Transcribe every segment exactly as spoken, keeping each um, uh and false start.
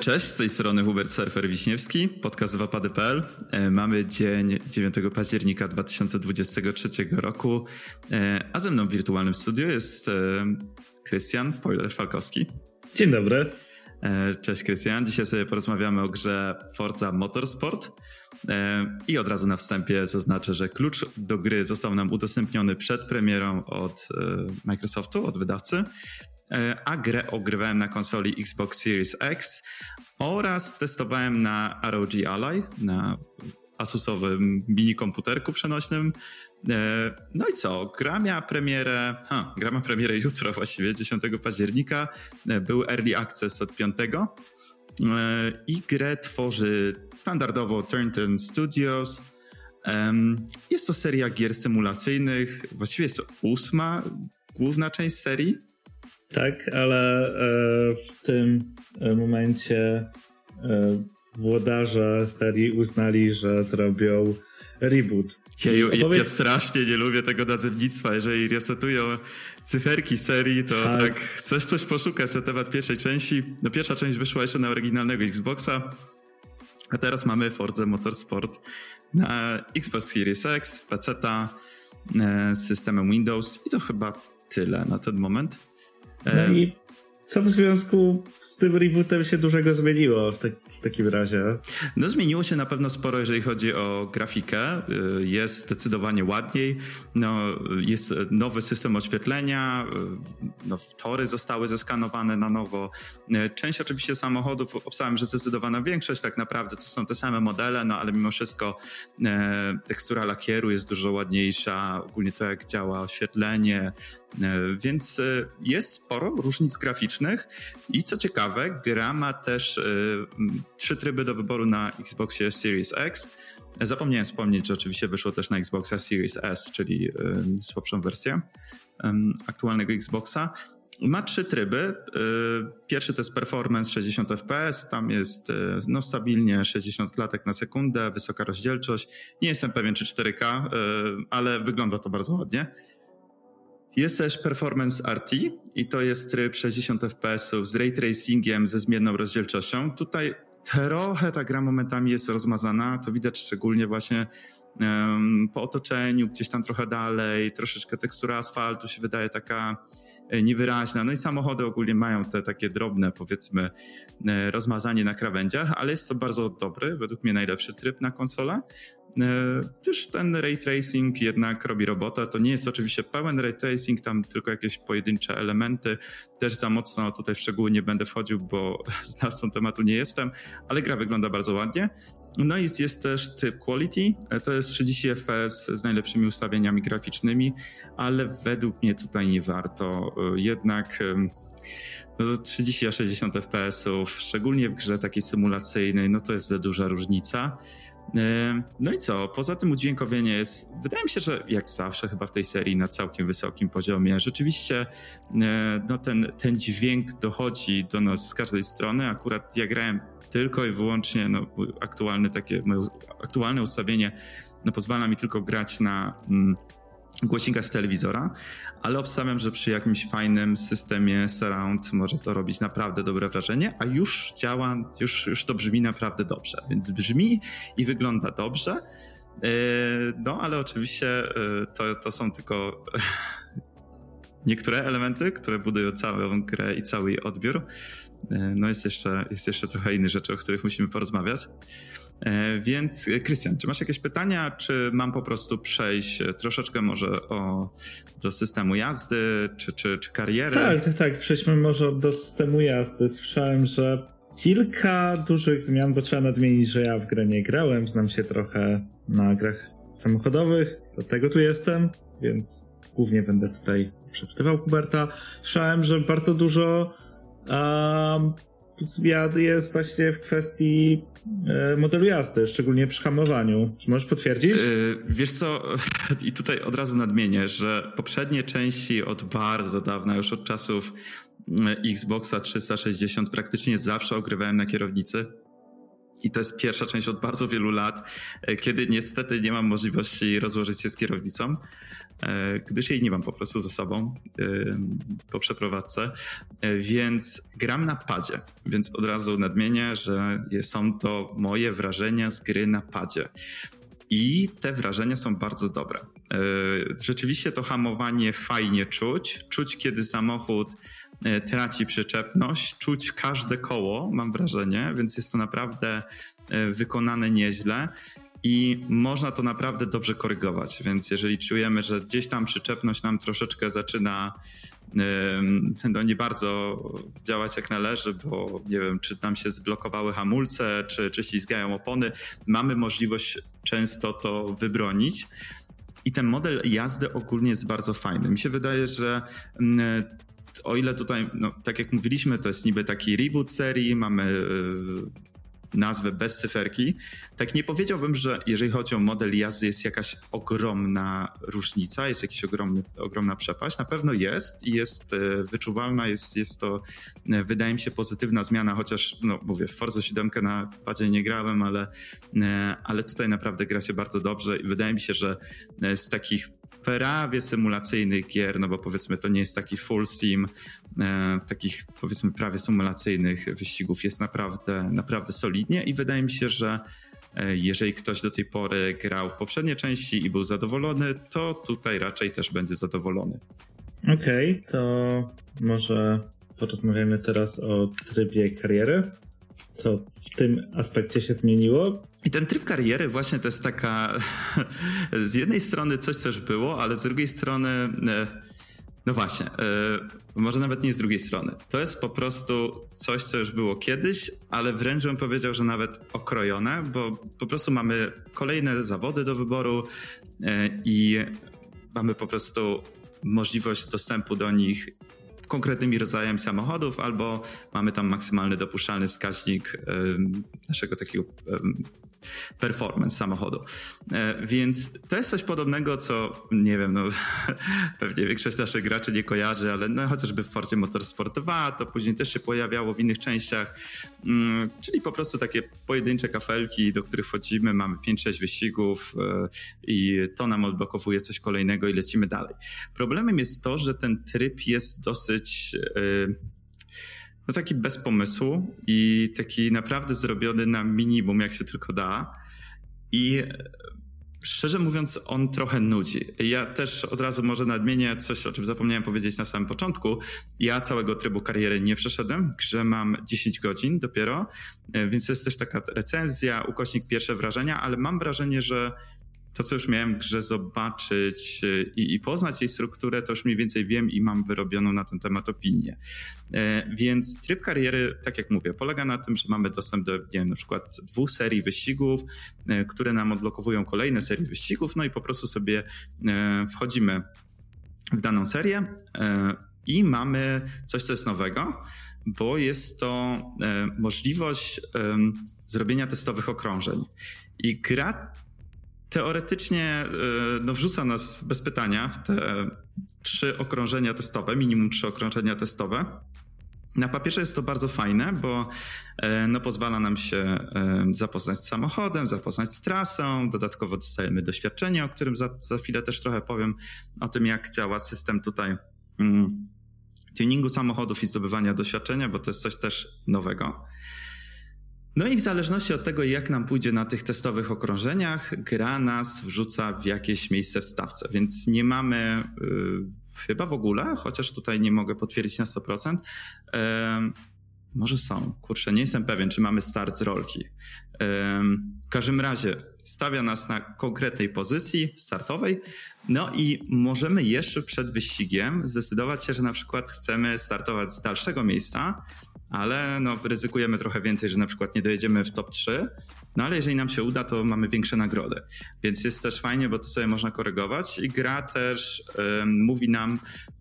Cześć, z tej strony Hubert Surfer Wiśniewski, podcast wapady kropka p l. Mamy dzień dziewiątego października dwa tysiące dwudziestego trzeciego roku, a ze mną w wirtualnym studiu jest Krystian Poiler-Falkowski. Dzień dobry. Cześć Krystian, dzisiaj sobie porozmawiamy o grze Forza Motorsport i od razu na wstępie zaznaczę, że klucz do gry został nam udostępniony przed premierą od Microsoftu, od wydawcy, a grę ogrywałem na konsoli Xbox Series X oraz testowałem na R O G Ally, na asusowym mini komputerku przenośnym. No i co? Gra miała premierę, ha, gra ma premierę jutro właściwie, dziesiątego października. Był Early Access od piątego i grę tworzy standardowo Turn-On Studios. Jest to seria gier symulacyjnych, właściwie jest to ósma główna część serii. Tak, ale w tym momencie włodarze serii uznali, że zrobią reboot. Jeju, Opowiedz... Ja strasznie nie lubię tego nazewnictwa. Jeżeli resetują cyferki serii, to tak, tak chcesz coś poszukać na temat pierwszej części. No pierwsza część wyszła jeszcze na oryginalnego Xboxa, a teraz mamy Forza Motorsport na Xbox Series X, peceta, z systemem Windows i to chyba tyle na ten moment. No i co w związku z tym rebootem się dużego zmieniło w, te, w takim razie? No zmieniło się na pewno sporo, jeżeli chodzi o grafikę. Jest zdecydowanie ładniej. No, jest nowy system oświetlenia. No, tory zostały zeskanowane na nowo. Część oczywiście samochodów, obstawiam, że zdecydowana większość tak naprawdę to są te same modele, no ale mimo wszystko e, tekstura lakieru jest dużo ładniejsza. Ogólnie to, jak działa oświetlenie. E, więc e, jest sporo różnic graficznych i co ciekawe, gra ma też e, trzy tryby do wyboru na Xboxie Series X. Zapomniałem wspomnieć, że oczywiście wyszło też na Xboxa Series S, czyli y, słabszą wersję y, aktualnego Xboxa. Ma trzy tryby. Y, pierwszy to jest Performance sześćdziesiąt F P S. Tam jest y, no, stabilnie sześćdziesiąt klatek na sekundę, wysoka rozdzielczość. Nie jestem pewien, czy cztery K, y, ale wygląda to bardzo ładnie. Jest też Performance R T i to jest tryb sześćdziesiąt F P S z ray tracingiem ze zmienną rozdzielczością. Tutaj trochę ta gra momentami jest rozmazana, to widać szczególnie właśnie um, po otoczeniu, gdzieś tam trochę dalej, troszeczkę tekstura asfaltu się wydaje taka niewyraźna. No i samochody ogólnie mają te takie drobne, powiedzmy, rozmazanie na krawędziach, ale jest to bardzo dobry, według mnie najlepszy tryb na konsolę. Też ten ray tracing jednak robi robotę. To nie jest oczywiście pełen ray tracing, tam tylko jakieś pojedyncze elementy. Też za mocno tutaj w szczegóły nie będę wchodził, bo znawcą tematu nie jestem, ale gra wygląda bardzo ładnie. No i jest też tryb Quality, to jest trzydzieści F P S z najlepszymi ustawieniami graficznymi, ale według mnie tutaj nie warto. Jednak no trzydzieści a sześćdziesiąt F P S-ów, szczególnie w grze takiej symulacyjnej, no to jest za duża różnica. No i co? Poza tym udźwiękowienie jest, wydaje mi się, że jak zawsze chyba w tej serii na całkiem wysokim poziomie. Rzeczywiście no ten, ten dźwięk dochodzi do nas z każdej strony. Akurat ja grałem tylko i wyłącznie, no aktualne takie, moje aktualne ustawienie no pozwala mi tylko grać na mm, głośnikach z telewizora, ale obstawiam, że przy jakimś fajnym systemie surround może to robić naprawdę dobre wrażenie, a już działa, już, już to brzmi naprawdę dobrze, więc brzmi i wygląda dobrze, no ale oczywiście to, to są tylko niektóre elementy, które budują całą grę i cały jej odbiór. No jest jeszcze, jest jeszcze trochę innych rzeczy, o których musimy porozmawiać. Więc Krystian, czy masz jakieś pytania, czy mam po prostu przejść troszeczkę może o, do systemu jazdy, czy, czy, czy kariery? Tak, tak, tak. Przejdźmy może do systemu jazdy. Słyszałem, że kilka dużych zmian, bo trzeba nadmienić, że ja w grę nie grałem, znam się trochę na grach samochodowych, dlatego tu jestem, więc głównie będę tutaj przepytywał Huberta. Słyszałem, że bardzo dużo um, zmian jest właśnie w kwestii e, modelu jazdy, szczególnie przy hamowaniu. Czy możesz potwierdzić? Yy, wiesz co, i tutaj od razu nadmienię, że poprzednie części od bardzo dawna, już od czasów Xboxa trzysta sześćdziesiąt praktycznie zawsze ogrywałem na kierownicy. I to jest pierwsza część od bardzo wielu lat, kiedy niestety nie mam możliwości rozłożyć się z kierownicą, gdyż jej nie mam po prostu ze sobą po przeprowadzce, więc gram na padzie, więc od razu nadmienię, że są to moje wrażenia z gry na padzie. I te wrażenia są bardzo dobre. Rzeczywiście to hamowanie fajnie czuć, czuć kiedy samochód traci przyczepność, czuć każde koło, mam wrażenie, więc jest to naprawdę wykonane nieźle i można to naprawdę dobrze korygować, więc jeżeli czujemy, że gdzieś tam przyczepność nam troszeczkę zaczyna no nie bardzo działać jak należy, bo nie wiem, czy nam się zblokowały hamulce, czy, czy ślizgają opony, mamy możliwość często to wybronić. I ten model jazdy ogólnie jest bardzo fajny. Mi się wydaje, że o ile tutaj, no, tak jak mówiliśmy, to jest niby taki reboot serii, mamy nazwę bez cyferki, tak nie powiedziałbym, że jeżeli chodzi o model jazdy jest jakaś ogromna różnica, jest jakaś ogromny, ogromna przepaść. Na pewno jest i jest wyczuwalna, jest, jest to, wydaje mi się, pozytywna zmiana, chociaż no mówię, w Forza siedem na padzie nie grałem, ale, ale tutaj naprawdę gra się bardzo dobrze i wydaje mi się, że z takich prawie symulacyjnych gier, no bo powiedzmy to nie jest taki full sim, e, takich powiedzmy prawie symulacyjnych wyścigów jest naprawdę, naprawdę solidnie i wydaje mi się, że e, jeżeli ktoś do tej pory grał w poprzedniej części i był zadowolony, to tutaj raczej też będzie zadowolony. Okej, okay, to może porozmawiamy teraz o trybie kariery. Co w tym aspekcie się zmieniło? I ten tryb kariery właśnie to jest taka z jednej strony coś, co już było, ale z drugiej strony, no właśnie, może nawet nie z drugiej strony. To jest po prostu coś, co już było kiedyś, ale wręcz bym powiedział, że nawet okrojone, bo po prostu mamy kolejne zawody do wyboru i mamy po prostu możliwość dostępu do nich konkretnymi rodzajami samochodów, albo mamy tam maksymalny dopuszczalny wskaźnik naszego takiego performance samochodu. Więc to jest coś podobnego, co nie wiem, no pewnie większość naszych graczy nie kojarzy, ale no, chociażby w Forzie Motorsport dwa to później też się pojawiało w innych częściach, czyli po prostu takie pojedyncze kafelki, do których wchodzimy, mamy pięć sześć wyścigów i to nam odblokowuje coś kolejnego i lecimy dalej. Problemem jest to, że ten tryb jest dosyć no taki bez pomysłu i taki naprawdę zrobiony na minimum, jak się tylko da. I szczerze mówiąc, on trochę nudzi. Ja też od razu może nadmienię coś, o czym zapomniałem powiedzieć na samym początku. Ja całego trybu kariery nie przeszedłem, w grze mam dziesięć godzin dopiero, więc to jest też taka recenzja, ukośnik pierwsze wrażenia, ale mam wrażenie, że to, co już miałem w grze zobaczyć i, i poznać jej strukturę, to już mniej więcej wiem i mam wyrobioną na ten temat opinię. E, więc tryb kariery, tak jak mówię, polega na tym, że mamy dostęp do, nie wiem, na przykład dwóch serii wyścigów, e, które nam odblokowują kolejne serie wyścigów, no i po prostu sobie e, wchodzimy w daną serię e, i mamy coś, co jest nowego, bo jest to e, możliwość e, zrobienia testowych okrążeń. I gra teoretycznie no, wrzuca nas bez pytania w te trzy okrążenia testowe, minimum trzy okrążenia testowe. Na papierze jest to bardzo fajne, bo no, pozwala nam się zapoznać z samochodem, zapoznać z trasą, dodatkowo dostajemy doświadczenie, o którym za, za chwilę też trochę powiem, o tym jak działa system tutaj mm, tuningu samochodów i zdobywania doświadczenia, bo to jest coś też nowego. No i w zależności od tego, jak nam pójdzie na tych testowych okrążeniach, gra nas wrzuca w jakieś miejsce w stawce, więc nie mamy yy, chyba w ogóle, chociaż tutaj nie mogę potwierdzić na sto procent, yy, może są, kurczę, nie jestem pewien, czy mamy start z rolki. Yy, w każdym razie stawia nas na konkretnej pozycji startowej, no i możemy jeszcze przed wyścigiem zdecydować się, że na przykład chcemy startować z dalszego miejsca, ale no, ryzykujemy trochę więcej, że na przykład nie dojedziemy w top trzy, no ale jeżeli nam się uda, to mamy większe nagrody. Więc jest też fajnie, bo to sobie można korygować i gra też y, mówi nam,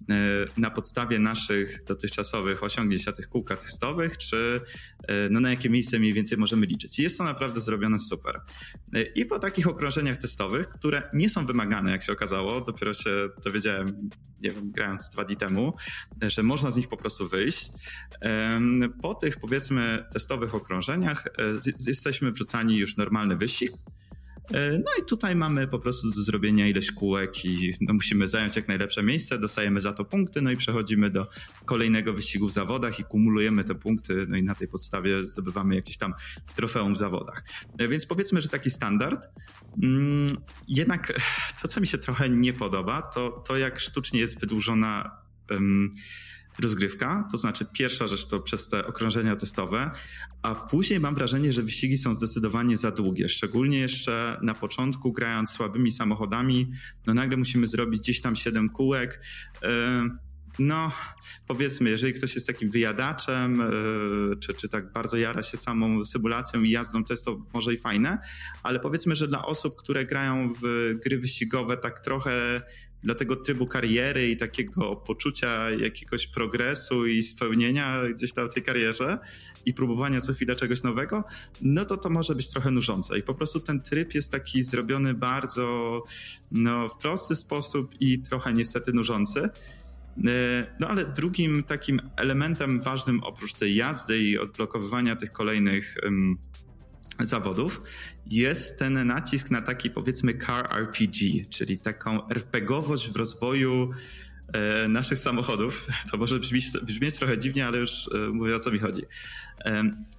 na podstawie naszych dotychczasowych osiągnięć na tych kółkach testowych, czy no, na jakie miejsce mniej więcej możemy liczyć. I jest to naprawdę zrobione super. I po takich okrążeniach testowych, które nie są wymagane, jak się okazało, dopiero się dowiedziałem, nie wiem, grając dwa dni temu, że można z nich po prostu wyjść. Po tych, powiedzmy, testowych okrążeniach jesteśmy wrzucani już w normalny wyścig. No i tutaj mamy po prostu do zrobienia ileś kółek i no musimy zająć jak najlepsze miejsce, dostajemy za to punkty, no i przechodzimy do kolejnego wyścigu w zawodach i kumulujemy te punkty, no i na tej podstawie zdobywamy jakieś tam trofeum w zawodach. Więc powiedzmy, że taki standard. Jednak to, co mi się trochę nie podoba, to to jak sztucznie jest wydłużona um, rozgrywka, to znaczy pierwsza rzecz to przez te okrążenia testowe, a później mam wrażenie, że wyścigi są zdecydowanie za długie, szczególnie jeszcze na początku grając słabymi samochodami, no nagle musimy zrobić gdzieś tam siedem kółek. No powiedzmy, jeżeli ktoś jest takim wyjadaczem, czy, czy tak bardzo jara się samą symulacją i jazdą, to jest to może i fajne, ale powiedzmy, że dla osób, które grają w gry wyścigowe tak trochę dla tego trybu kariery i takiego poczucia jakiegoś progresu i spełnienia gdzieś tam w tej karierze i próbowania co chwilę czegoś nowego, no to to może być trochę nużące. I po prostu ten tryb jest taki zrobiony bardzo no, w prosty sposób i trochę niestety nużący. No ale drugim takim elementem ważnym oprócz tej jazdy i odblokowywania tych kolejnych um, zawodów jest ten nacisk na taki powiedzmy car R P G, czyli taką RPGowość w rozwoju e, naszych samochodów. To może brzmieć, brzmieć trochę dziwnie, ale już e, mówię o co mi chodzi. E,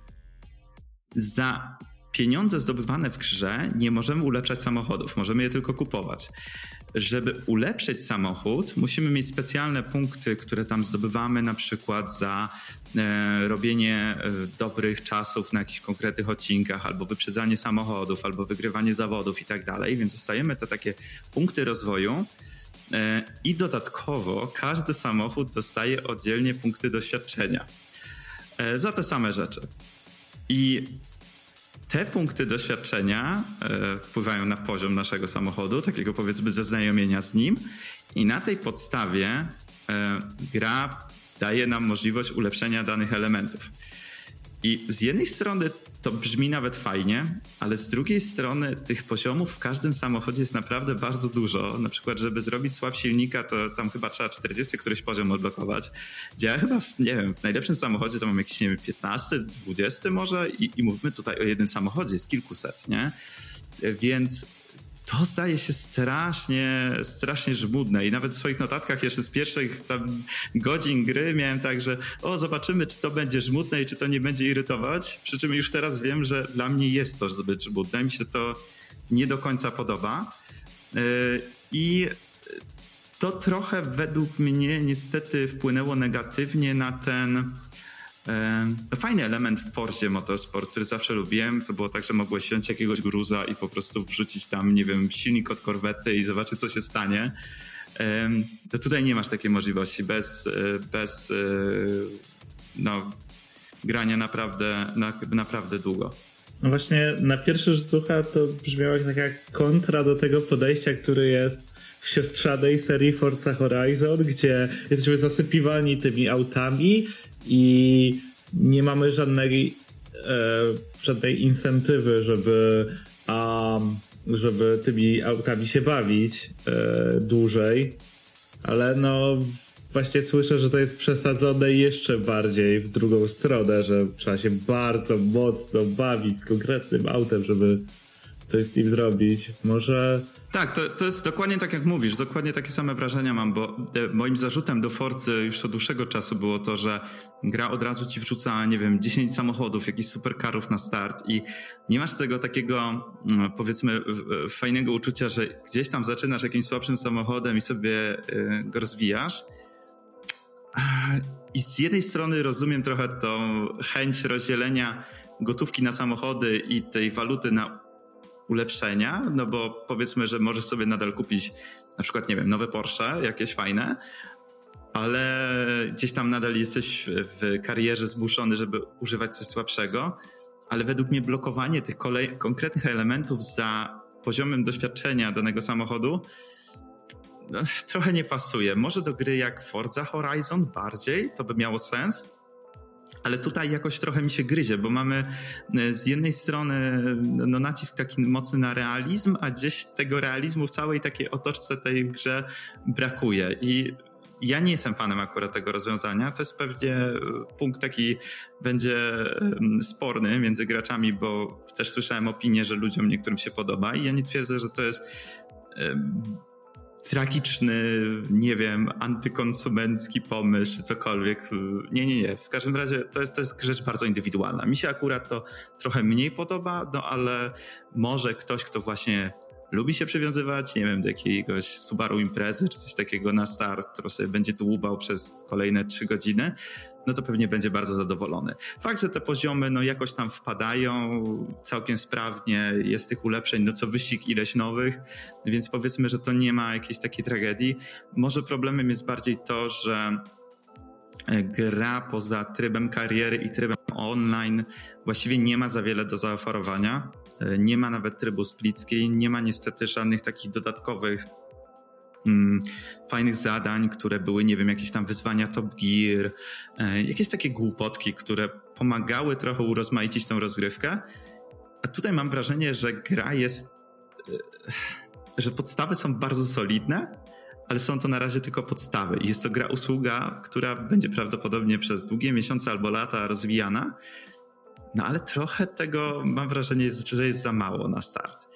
za pieniądze zdobywane w grze nie możemy ulepszać samochodów, możemy je tylko kupować. Żeby ulepszyć samochód, musimy mieć specjalne punkty, które tam zdobywamy na przykład za e, robienie e, dobrych czasów na jakichś konkretnych odcinkach, albo wyprzedzanie samochodów, albo wygrywanie zawodów i tak dalej, więc dostajemy te takie punkty rozwoju e, i dodatkowo każdy samochód dostaje oddzielnie punkty doświadczenia e, za te same rzeczy. I te punkty doświadczenia e, wpływają na poziom naszego samochodu, takiego powiedzmy zaznajomienia z nim i na tej podstawie e, gra daje nam możliwość ulepszenia danych elementów. I z jednej strony to brzmi nawet fajnie, ale z drugiej strony tych poziomów w każdym samochodzie jest naprawdę bardzo dużo. Na przykład, żeby zrobić słab silnika, to tam chyba trzeba czterdziesty któryś poziom odblokować. Gdzie ja chyba, w, nie wiem, w najlepszym samochodzie to mam jakiś, nie wiem, piętnasty, dwudziesty może i, i mówimy tutaj o jednym samochodzie, jest kilkuset, nie? Więc to zdaje się strasznie, strasznie żmudne i nawet w swoich notatkach jeszcze z pierwszych tam godzin gry miałem tak, że o, zobaczymy, czy to będzie żmudne i czy to nie będzie irytować, przy czym już teraz wiem, że dla mnie jest to zbyt żmudne, mi się to nie do końca podoba i to trochę według mnie niestety wpłynęło negatywnie na ten no, fajny element w Forzie Motorsport, który zawsze lubiłem, to było tak, że mogłeś wziąć jakiegoś gruza i po prostu wrzucić tam, nie wiem, silnik od korwety i zobaczyć, co się stanie. To tutaj nie masz takiej możliwości bez, bez no, grania naprawdę, naprawdę długo. No właśnie na pierwszy rzut oka to brzmiało jak taka kontra do tego podejścia, który jest w siostrzanej serii Forza Horizon, gdzie jesteśmy zasypiwani tymi autami i nie mamy żadnej, e, żadnej incentywy, żeby, um, żeby tymi autami się bawić e, dłużej. Ale no właśnie słyszę, że to jest przesadzone jeszcze bardziej w drugą stronę, że trzeba się bardzo mocno bawić z konkretnym autem, żeby coś z nim zrobić. Może... Tak, to, to jest dokładnie tak jak mówisz, dokładnie takie same wrażenia mam, bo moim zarzutem do Forcy już od dłuższego czasu było to, że gra od razu ci wrzuca, nie wiem, dziesięć samochodów, jakichś supercarów na start i nie masz tego takiego, powiedzmy, fajnego uczucia, że gdzieś tam zaczynasz jakimś słabszym samochodem i sobie go rozwijasz. I z jednej strony rozumiem trochę tą chęć rozdzielenia gotówki na samochody i tej waluty na ulepszenia, no bo powiedzmy, że możesz sobie nadal kupić na przykład, nie wiem, nowe Porsche, jakieś fajne, ale gdzieś tam nadal jesteś w karierze zmuszony, żeby używać coś słabszego, ale według mnie blokowanie tych kolej- konkretnych elementów za poziomem doświadczenia danego samochodu no, trochę nie pasuje. Może do gry jak Forza Horizon bardziej, to by miało sens. Ale tutaj jakoś trochę mi się gryzie, bo mamy z jednej strony no, nacisk taki mocny na realizm, a gdzieś tego realizmu w całej takiej otoczce tej grze brakuje. I ja nie jestem fanem akurat tego rozwiązania. To jest pewnie punkt taki będzie sporny między graczami, bo też słyszałem opinię, że ludziom niektórym się podoba i ja nie twierdzę, że to jest tragiczny, nie wiem, antykonsumencki pomysł czy cokolwiek. Nie, nie, nie. W każdym razie to jest, to jest rzecz bardzo indywidualna. Mi się akurat to trochę mniej podoba, no ale może ktoś, kto właśnie lubi się przywiązywać, nie wiem, do jakiegoś Subaru Imprezy czy coś takiego na start, który sobie będzie dłubał przez kolejne trzy godziny, no to pewnie będzie bardzo zadowolony. Fakt, że te poziomy no jakoś tam wpadają całkiem sprawnie, jest tych ulepszeń, no co wyścig ileś nowych, więc powiedzmy, że to nie ma jakiejś takiej tragedii. Może problemem jest bardziej to, że gra poza trybem kariery i trybem online właściwie nie ma za wiele do zaoferowania. Nie ma nawet trybu split screen, nie ma niestety żadnych takich dodatkowych mm, fajnych zadań, które były, nie wiem, jakieś tam wyzwania Top Gear, e, jakieś takie głupotki, które pomagały trochę urozmaicić tą rozgrywkę. A tutaj mam wrażenie, że gra jest, e, że podstawy są bardzo solidne, ale są to na razie tylko podstawy. Jest to gra usługa, która będzie prawdopodobnie przez długie miesiące albo lata rozwijana. No ale trochę tego mam wrażenie, że jest za mało na start.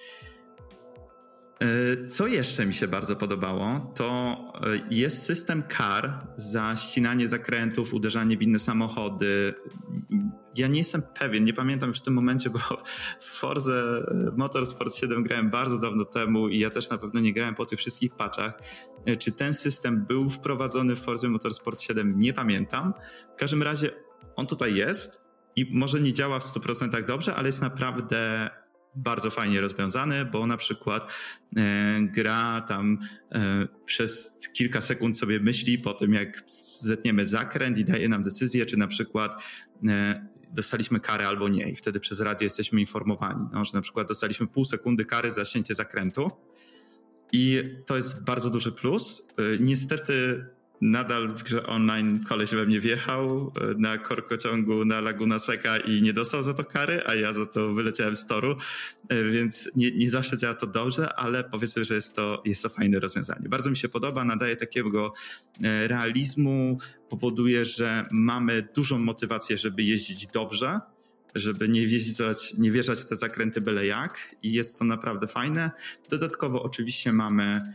Co jeszcze mi się bardzo podobało, to jest system kar za ścinanie zakrętów, uderzanie w inne samochody. Ja nie jestem pewien, nie pamiętam już w tym momencie, bo w Forza Motorsport siedem grałem bardzo dawno temu i ja też na pewno nie grałem po tych wszystkich patchach. Czy ten system był wprowadzony w Forza Motorsport siedem? Nie pamiętam. W każdym razie on tutaj jest. I może nie działa w stu procentach dobrze, ale jest naprawdę bardzo fajnie rozwiązany, bo na przykład e, gra tam e, przez kilka sekund sobie myśli po tym, jak zetniemy zakręt i daje nam decyzję, czy na przykład e, dostaliśmy karę albo nie. I wtedy przez radio jesteśmy informowani, no, że na przykład dostaliśmy pół sekundy kary za ścięcie zakrętu. I to jest bardzo duży plus. E, niestety nadal w grze online koleś we mnie wjechał na korkociągu na Laguna Seca i nie dostał za to kary, a ja za to wyleciałem z toru, więc nie, nie zawsze działa to dobrze, ale powiedzmy, że jest to, jest to fajne rozwiązanie. Bardzo mi się podoba, nadaje takiego realizmu, powoduje, że mamy dużą motywację, żeby jeździć dobrze, żeby nie wjeżdżać, nie wjeżdżać w te zakręty byle jak i jest to naprawdę fajne. Dodatkowo oczywiście mamy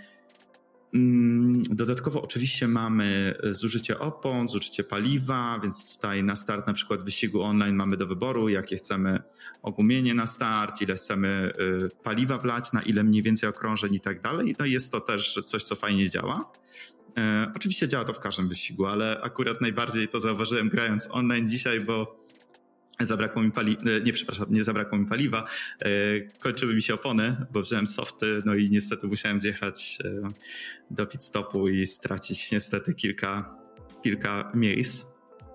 Dodatkowo oczywiście mamy zużycie opon, zużycie paliwa, więc tutaj na start na przykład wyścigu online mamy do wyboru, jakie chcemy ogumienie na start, ile chcemy paliwa wlać, na ile mniej więcej okrążeń i tak dalej. No i jest to też coś, co fajnie działa. E, oczywiście działa to w każdym wyścigu, ale akurat najbardziej to zauważyłem grając online dzisiaj, bo Zabrakło mi paliwa, nie przepraszam, nie zabrakło mi paliwa, kończyły mi się opony, bo wziąłem softy, no i niestety musiałem zjechać do pit stopu i stracić niestety kilka, kilka miejsc.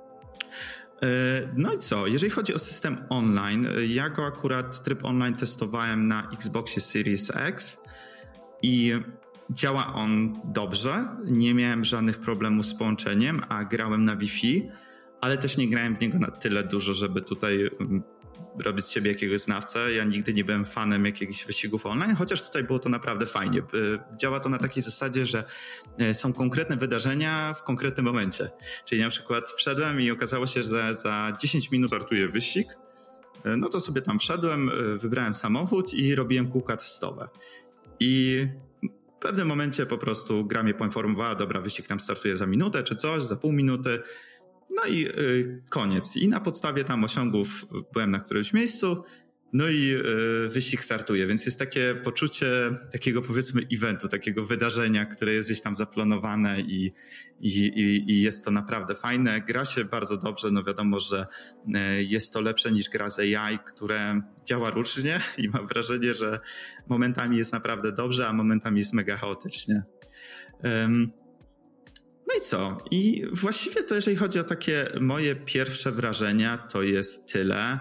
No i co, jeżeli chodzi o system online, ja go akurat tryb online testowałem na Xboxie Series X i działa on dobrze, nie miałem żadnych problemów z połączeniem, a grałem na Wi-Fi. Ale też nie grałem w niego na tyle dużo, żeby tutaj robić z siebie jakiegoś znawcę. Ja nigdy nie byłem fanem jakichś wyścigów online, chociaż tutaj było to naprawdę fajnie. Działa to na takiej zasadzie, że są konkretne wydarzenia w konkretnym momencie. Czyli na przykład wszedłem i okazało się, że za dziesięć minut startuje wyścig. No to sobie tam wszedłem, wybrałem samochód i robiłem kółka testowe. I w pewnym momencie po prostu gra mnie poinformowała, dobra, wyścig tam startuje za minutę czy coś, za pół minuty. No i y, koniec. I na podstawie tam osiągów byłem na którymś miejscu, no i y, wyścig startuje, więc jest takie poczucie takiego powiedzmy eventu, takiego wydarzenia, które jest gdzieś tam zaplanowane i, i, i, i jest to naprawdę fajne. Gra się bardzo dobrze, no wiadomo, że y, jest to lepsze niż gra z A I, które działa różnie i mam wrażenie, że momentami jest naprawdę dobrze, a momentami jest mega chaotycznie. Um, No i co? I właściwie to jeżeli chodzi o takie moje pierwsze wrażenia, to jest tyle.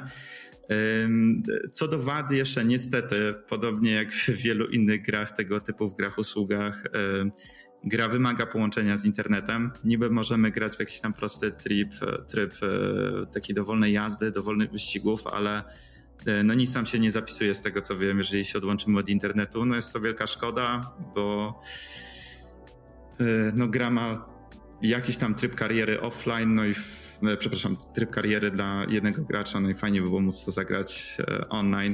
Co do wady jeszcze niestety, podobnie jak w wielu innych grach tego typu, w grach usługach, gra wymaga połączenia z internetem. Niby możemy grać w jakiś tam prosty tryb, tryb takiej dowolnej jazdy, dowolnych wyścigów, ale no nic nam się nie zapisuje z tego, co wiem, jeżeli się odłączymy od internetu. No jest to wielka szkoda, bo no gra ma jakiś tam tryb kariery offline, no i w, przepraszam, tryb kariery dla jednego gracza, no i fajnie by było móc to zagrać online.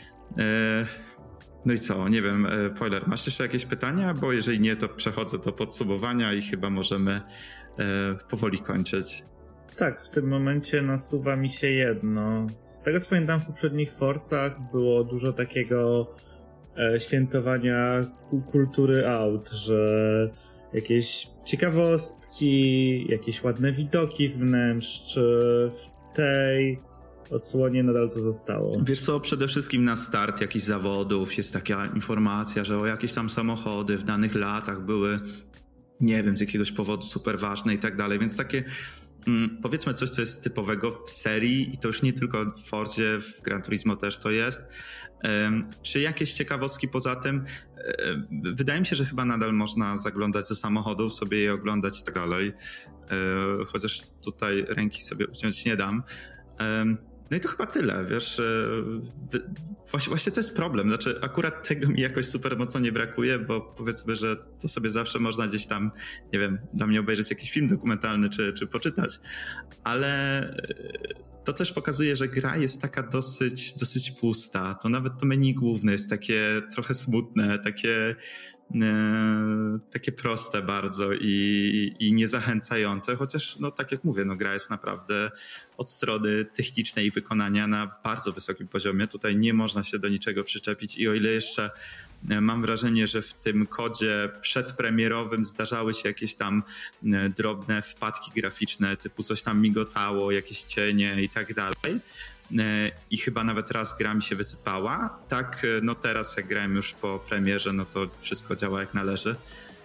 No i co, nie wiem, Poiler, masz jeszcze jakieś pytania? Bo jeżeli nie, to przechodzę do podsumowania i chyba możemy powoli kończyć. Tak, w tym momencie nasuwa mi się jedno. Z tego co pamiętam, w poprzednich Forzach było dużo takiego e, świętowania kultury aut, że jakieś ciekawostki, jakieś ładne widoki z wnętrz, czy w tej odsłonie nadal to zostało? Wiesz co, przede wszystkim na start jakichś zawodów jest taka informacja, że o jakieś tam samochody w danych latach były, nie wiem, z jakiegoś powodu super ważne i tak dalej, więc takie powiedzmy coś, co jest typowego w serii i to już nie tylko w Forzie, w Gran Turismo też to jest. Czy jakieś ciekawostki poza tym? Wydaje mi się, że chyba nadal można zaglądać do samochodów, sobie je oglądać i tak dalej, chociaż tutaj ręki sobie uciąć nie dam. No i to chyba tyle, wiesz, właśnie, właśnie to jest problem, znaczy akurat tego mi jakoś super mocno nie brakuje, bo powiedzmy, że to sobie zawsze można gdzieś tam, nie wiem, dla mnie obejrzeć jakiś film dokumentalny czy, czy poczytać, ale to też pokazuje, że gra jest taka dosyć, dosyć pusta, to nawet to menu główne jest takie trochę smutne, takie E, takie proste bardzo i, i niezachęcające, chociaż no tak jak mówię, no gra jest naprawdę od strony technicznej i wykonania na bardzo wysokim poziomie, tutaj nie można się do niczego przyczepić i o ile jeszcze mam wrażenie, że w tym kodzie przedpremierowym zdarzały się jakieś tam drobne wpadki graficzne, typu coś tam migotało, jakieś cienie i tak dalej, i chyba nawet raz gra mi się wysypała. Tak, no teraz jak grałem już po premierze, no to wszystko działa jak należy.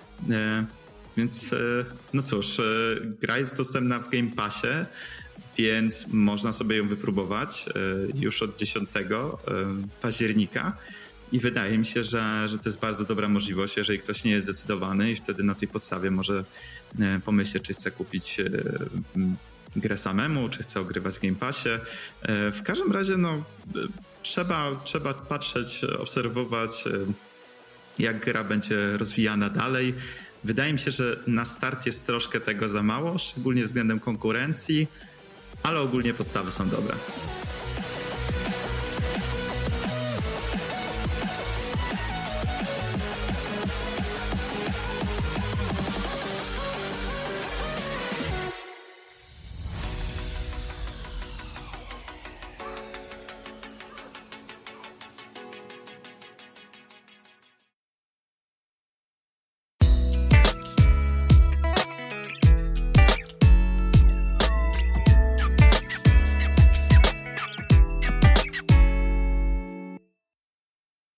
Więc no cóż, gra jest dostępna w Game Passie, więc można sobie ją wypróbować już od dziesiątego października. I wydaje mi się, że, że to jest bardzo dobra możliwość, jeżeli ktoś nie jest zdecydowany i wtedy na tej podstawie może pomyśleć, czy chce kupić grę samemu, czy chce ogrywać w Game Passie. W każdym razie no, trzeba, trzeba patrzeć, obserwować, jak gra będzie rozwijana dalej. Wydaje mi się, że na start jest troszkę tego za mało, szczególnie względem konkurencji, ale ogólnie podstawy są dobre.